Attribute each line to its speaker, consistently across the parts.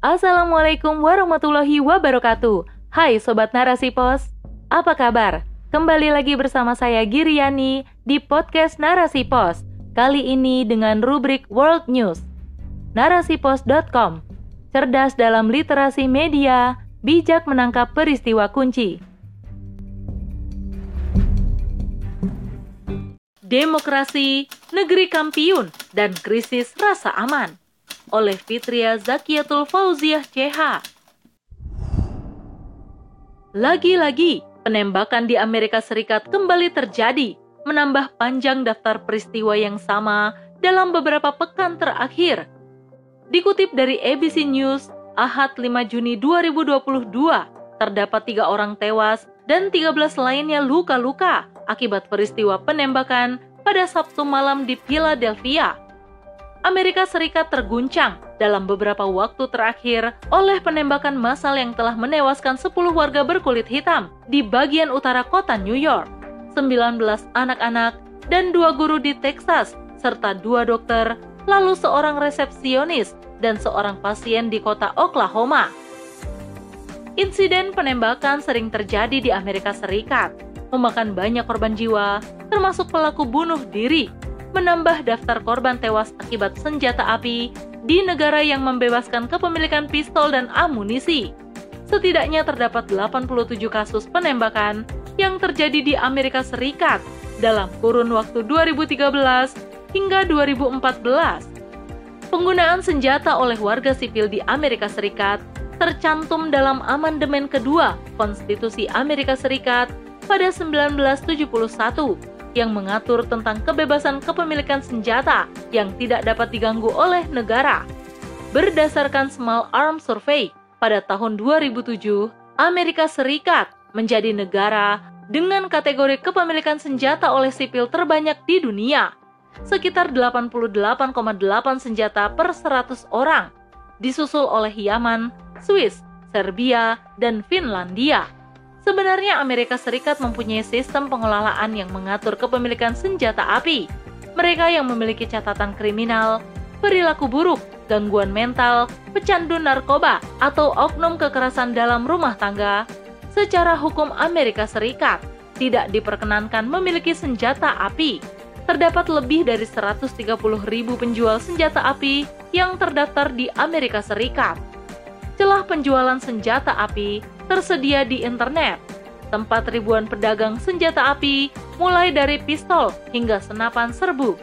Speaker 1: Assalamualaikum warahmatullahi wabarakatuh. Hai Sobat Narasi Pos, apa kabar? Kembali lagi bersama saya Giriani di podcast Narasi Pos. Kali ini dengan rubrik World News. Narasipos.com, cerdas dalam literasi media, bijak menangkap peristiwa kunci. Demokrasi, negeri kampiun, dan krisis rasa aman. Oleh Fitria Zakiatul Fauziah CH. Lagi-lagi, penembakan di Amerika Serikat kembali terjadi, menambah panjang daftar peristiwa yang sama dalam beberapa pekan terakhir. Dikutip dari ABC News, Ahad 5 Juni 2022, terdapat 3 orang tewas dan 13 lainnya luka-luka akibat peristiwa penembakan pada Sabtu malam di Philadelphia. Amerika Serikat terguncang dalam beberapa waktu terakhir oleh penembakan massal yang telah menewaskan 10 warga berkulit hitam di bagian utara kota New York, 19 anak-anak, dan 2 guru di Texas, serta 2 dokter, lalu seorang resepsionis dan seorang pasien di kota Oklahoma. Insiden penembakan sering terjadi di Amerika Serikat, memakan banyak korban jiwa, termasuk pelaku bunuh diri, menambah daftar korban tewas akibat senjata api di negara yang membebaskan kepemilikan pistol dan amunisi. Setidaknya terdapat 87 kasus penembakan yang terjadi di Amerika Serikat dalam kurun waktu 2013 hingga 2014. Penggunaan senjata oleh warga sipil di Amerika Serikat tercantum dalam amandemen kedua Konstitusi Amerika Serikat pada 1971 yang mengatur tentang kebebasan kepemilikan senjata yang tidak dapat diganggu oleh negara. Berdasarkan Small Arms Survey, pada tahun 2007, Amerika Serikat menjadi negara dengan kategori kepemilikan senjata oleh sipil terbanyak di dunia, sekitar 88,8 senjata per 100 orang, disusul oleh Yaman, Swiss, Serbia, dan Finlandia. Sebenarnya Amerika Serikat mempunyai sistem pengelolaan yang mengatur kepemilikan senjata api. Mereka yang memiliki catatan kriminal, perilaku buruk, gangguan mental, pecandu narkoba, atau oknum kekerasan dalam rumah tangga, secara hukum Amerika Serikat tidak diperkenankan memiliki senjata api. Terdapat lebih dari 130.000 penjual senjata api yang terdaftar di Amerika Serikat. Celah penjualan senjata api tersedia di internet, tempat ribuan pedagang senjata api mulai dari pistol hingga senapan serbu.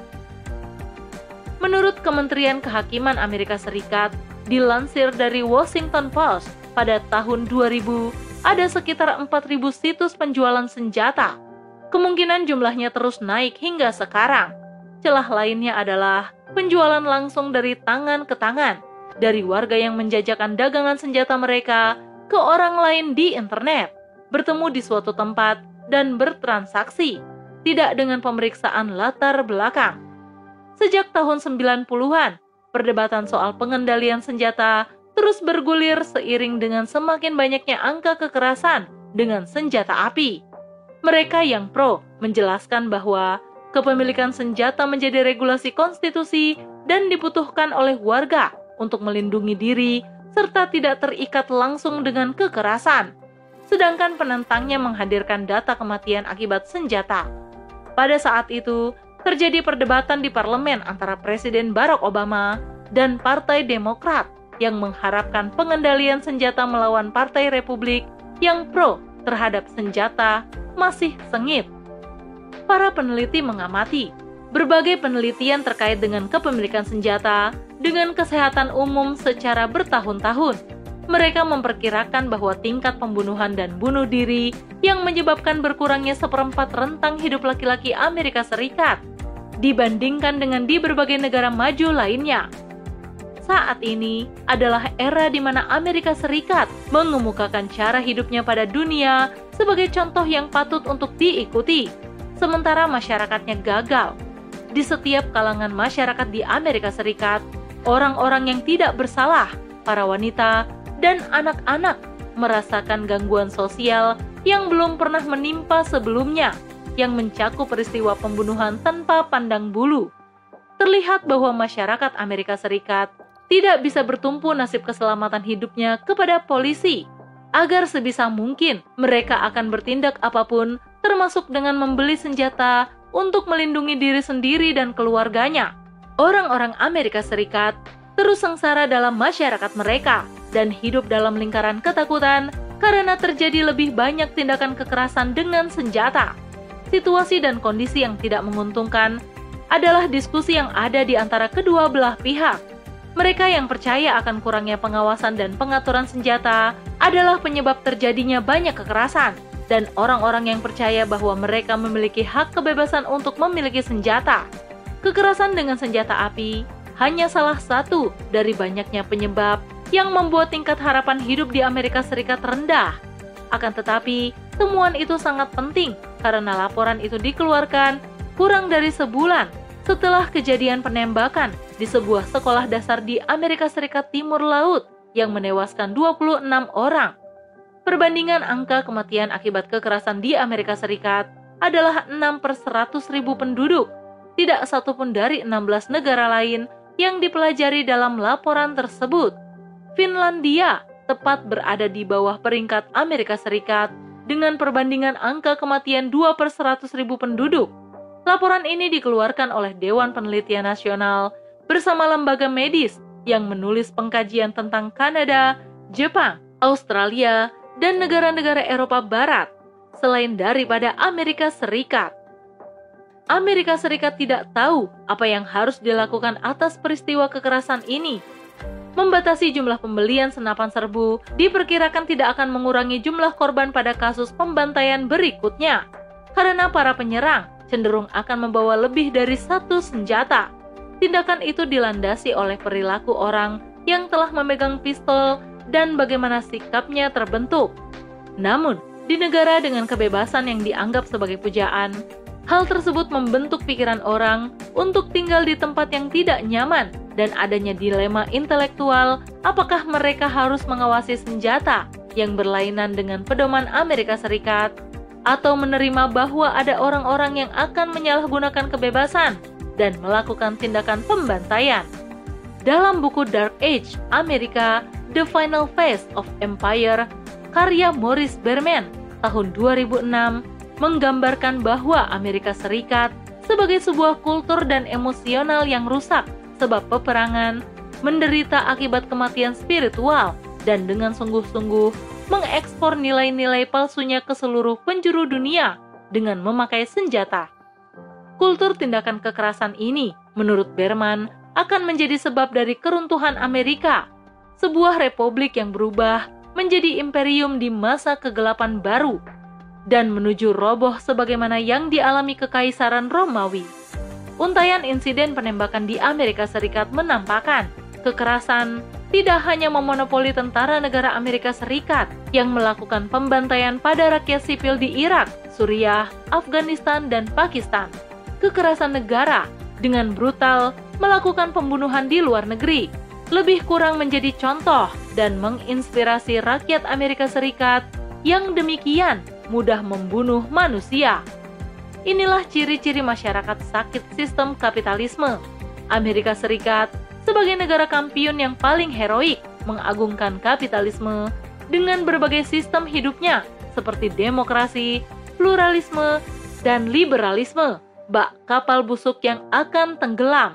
Speaker 1: Menurut Kementerian Kehakiman Amerika Serikat, dilansir dari Washington Post, pada tahun 2000 ada sekitar 4.000 situs penjualan senjata. Kemungkinan jumlahnya terus naik hingga sekarang. Celah lainnya adalah penjualan langsung dari tangan ke tangan, dari warga yang menjajakan dagangan senjata mereka ke orang lain di internet, bertemu di suatu tempat, dan bertransaksi, tidak dengan pemeriksaan latar belakang. Sejak tahun 90-an, perdebatan soal pengendalian senjata terus bergulir seiring dengan semakin banyaknya angka kekerasan dengan senjata api. Mereka yang pro menjelaskan bahwa kepemilikan senjata menjadi regulasi konstitusi dan dibutuhkan oleh warga untuk melindungi diri serta tidak terikat langsung dengan kekerasan. Sedangkan penentangnya menghadirkan data kematian akibat senjata. Pada saat itu, terjadi perdebatan di parlemen antara Presiden Barack Obama dan Partai Demokrat yang mengharapkan pengendalian senjata melawan Partai Republik yang pro terhadap senjata masih sengit. Para peneliti mengamati berbagai penelitian terkait dengan kepemilikan senjata dengan kesehatan umum secara bertahun-tahun. Mereka memperkirakan bahwa tingkat pembunuhan dan bunuh diri yang menyebabkan berkurangnya 1/4 rentang hidup laki-laki Amerika Serikat dibandingkan dengan di berbagai negara maju lainnya. Saat ini adalah era di mana Amerika Serikat mengemukakan cara hidupnya pada dunia sebagai contoh yang patut untuk diikuti, sementara masyarakatnya gagal. Di setiap kalangan masyarakat di Amerika Serikat, orang-orang yang tidak bersalah, para wanita, dan anak-anak merasakan gangguan sosial yang belum pernah menimpa sebelumnya, yang mencakup peristiwa pembunuhan tanpa pandang bulu. Terlihat bahwa masyarakat Amerika Serikat tidak bisa bertumpu nasib keselamatan hidupnya kepada polisi, agar sebisa mungkin mereka akan bertindak apapun, termasuk dengan membeli senjata untuk melindungi diri sendiri dan keluarganya. Orang-orang Amerika Serikat terus sengsara dalam masyarakat mereka dan hidup dalam lingkaran ketakutan karena terjadi lebih banyak tindakan kekerasan dengan senjata. Situasi dan kondisi yang tidak menguntungkan adalah diskusi yang ada di antara kedua belah pihak. Mereka yang percaya akan kurangnya pengawasan dan pengaturan senjata adalah penyebab terjadinya banyak kekerasan, dan orang-orang yang percaya bahwa mereka memiliki hak kebebasan untuk memiliki senjata. Kekerasan dengan senjata api hanya salah satu dari banyaknya penyebab yang membuat tingkat harapan hidup di Amerika Serikat rendah. Akan tetapi, temuan itu sangat penting karena laporan itu dikeluarkan kurang dari sebulan setelah kejadian penembakan di sebuah sekolah dasar di Amerika Serikat Timur Laut yang menewaskan 26 orang. Perbandingan angka kematian akibat kekerasan di Amerika Serikat adalah 6/100.000 penduduk, tidak satupun dari 16 negara lain yang dipelajari dalam laporan tersebut. Finlandia tepat berada di bawah peringkat Amerika Serikat dengan perbandingan angka kematian 2/100.000 penduduk. Laporan ini dikeluarkan oleh Dewan Penelitian Nasional bersama lembaga medis yang menulis pengkajian tentang Kanada, Jepang, Australia, dan negara-negara Eropa Barat, selain daripada Amerika Serikat. Amerika Serikat tidak tahu apa yang harus dilakukan atas peristiwa kekerasan ini. Membatasi jumlah pembelian senapan serbu diperkirakan tidak akan mengurangi jumlah korban pada kasus pembantaian berikutnya, karena para penyerang cenderung akan membawa lebih dari satu senjata. Tindakan itu dilandasi oleh perilaku orang yang telah memegang pistol dan bagaimana sikapnya terbentuk. Namun, di negara dengan kebebasan yang dianggap sebagai pujaan, hal tersebut membentuk pikiran orang untuk tinggal di tempat yang tidak nyaman dan adanya dilema intelektual apakah mereka harus mengawasi senjata yang berlainan dengan pedoman Amerika Serikat atau menerima bahwa ada orang-orang yang akan menyalahgunakan kebebasan dan melakukan tindakan pembantaian. Dalam buku Dark Age Amerika, The Final Phase of Empire, karya Maurice Berman tahun 2006, menggambarkan bahwa Amerika Serikat sebagai sebuah kultur dan emosional yang rusak sebab peperangan, menderita akibat kematian spiritual, dan dengan sungguh-sungguh mengekspor nilai-nilai palsunya ke seluruh penjuru dunia dengan memakai senjata. Kultur tindakan kekerasan ini, menurut Berman, akan menjadi sebab dari keruntuhan Amerika, sebuah republik yang berubah menjadi imperium di masa kegelapan baru, dan menuju roboh sebagaimana yang dialami Kekaisaran Romawi. Untaian insiden penembakan di Amerika Serikat menampakkan kekerasan tidak hanya memonopoli tentara negara Amerika Serikat yang melakukan pembantaian pada rakyat sipil di Irak, Suriah, Afghanistan, dan Pakistan. Kekerasan negara dengan brutal melakukan pembunuhan di luar negeri lebih kurang menjadi contoh dan menginspirasi rakyat Amerika Serikat yang demikian mudah membunuh manusia. Inilah ciri-ciri masyarakat sakit sistem kapitalisme. Amerika Serikat sebagai negara kampiun yang paling heroik mengagungkan kapitalisme dengan berbagai sistem hidupnya seperti demokrasi, pluralisme, dan liberalisme, bak kapal busuk yang akan tenggelam.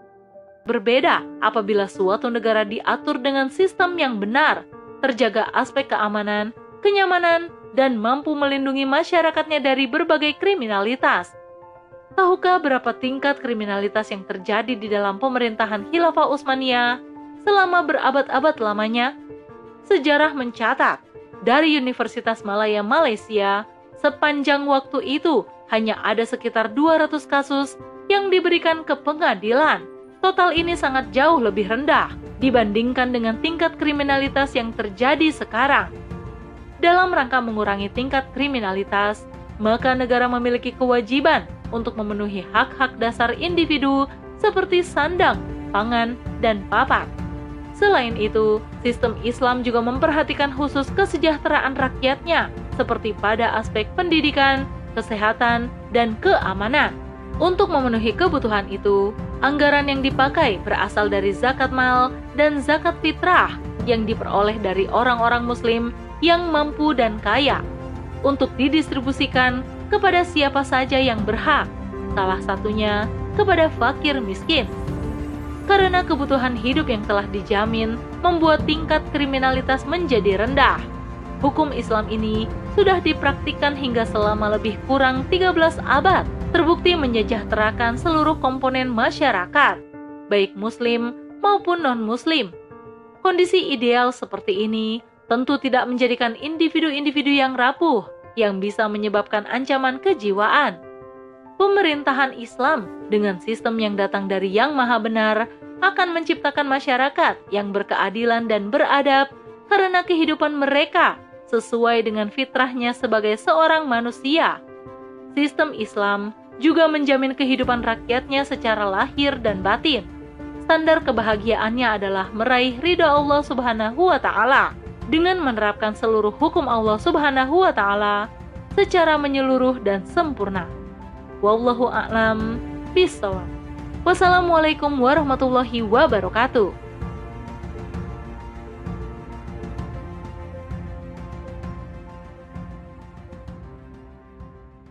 Speaker 1: Berbeda apabila suatu negara diatur dengan sistem yang benar, terjaga aspek keamanan, kenyamanan, dan mampu melindungi masyarakatnya dari berbagai kriminalitas. Tahukah berapa tingkat kriminalitas yang terjadi di dalam pemerintahan Khilafah Utsmaniyah selama berabad-abad lamanya? Sejarah mencatat, dari Universitas Malaya Malaysia, sepanjang waktu itu hanya ada sekitar 200 kasus yang diberikan ke pengadilan. Total ini sangat jauh lebih rendah dibandingkan dengan tingkat kriminalitas yang terjadi sekarang. Dalam rangka mengurangi tingkat kriminalitas, maka negara memiliki kewajiban untuk memenuhi hak-hak dasar individu seperti sandang, pangan, dan papan. Selain itu, sistem Islam juga memperhatikan khusus kesejahteraan rakyatnya, seperti pada aspek pendidikan, kesehatan, dan keamanan. Untuk memenuhi kebutuhan itu, Anggaran yang dipakai berasal dari zakat mal dan zakat fitrah yang diperoleh dari orang-orang Muslim yang mampu dan kaya untuk didistribusikan kepada siapa saja yang berhak, salah satunya kepada fakir miskin. Karena kebutuhan hidup yang telah dijamin membuat tingkat kriminalitas menjadi rendah. Hukum Islam ini sudah dipraktikkan hingga selama lebih kurang 13 abad, terbukti menyejahterakan seluruh komponen masyarakat, baik Muslim maupun non-Muslim. Kondisi ideal seperti ini tentu tidak menjadikan individu-individu yang rapuh, yang bisa menyebabkan ancaman kejiwaan. Pemerintahan Islam dengan sistem yang datang dari Yang Maha Benar akan menciptakan masyarakat yang berkeadilan dan beradab karena kehidupan mereka sesuai dengan fitrahnya sebagai seorang manusia. Sistem Islam juga menjamin kehidupan rakyatnya secara lahir dan batin. Standar kebahagiaannya adalah meraih ridha Allah Subhanahu wa Ta'ala dengan menerapkan seluruh hukum Allah Subhanahu wa Ta'ala secara menyeluruh dan sempurna. Wallahu a'lam bishawab. Wassalamualaikum warahmatullahi wabarakatuh.